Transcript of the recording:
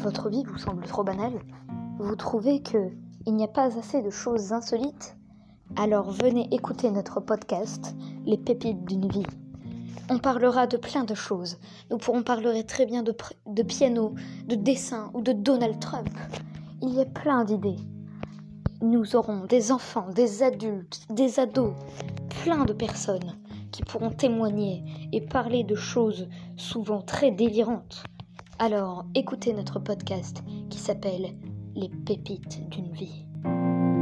Votre vie vous semble trop banale? Vous trouvez qu'il n'y a pas assez de choses insolites? Alors venez écouter notre podcast, Les pépites d'une vie. On parlera de plein de choses. Nous pourrons parler très bien de piano, de dessin ou de Donald Trump. Il y a plein d'idées. Nous aurons des enfants, des adultes, des ados, plein de personnes qui pourront témoigner et parler de choses souvent très délirantes. Alors écoutez notre podcast qui s'appelle Les pépites d'une vie.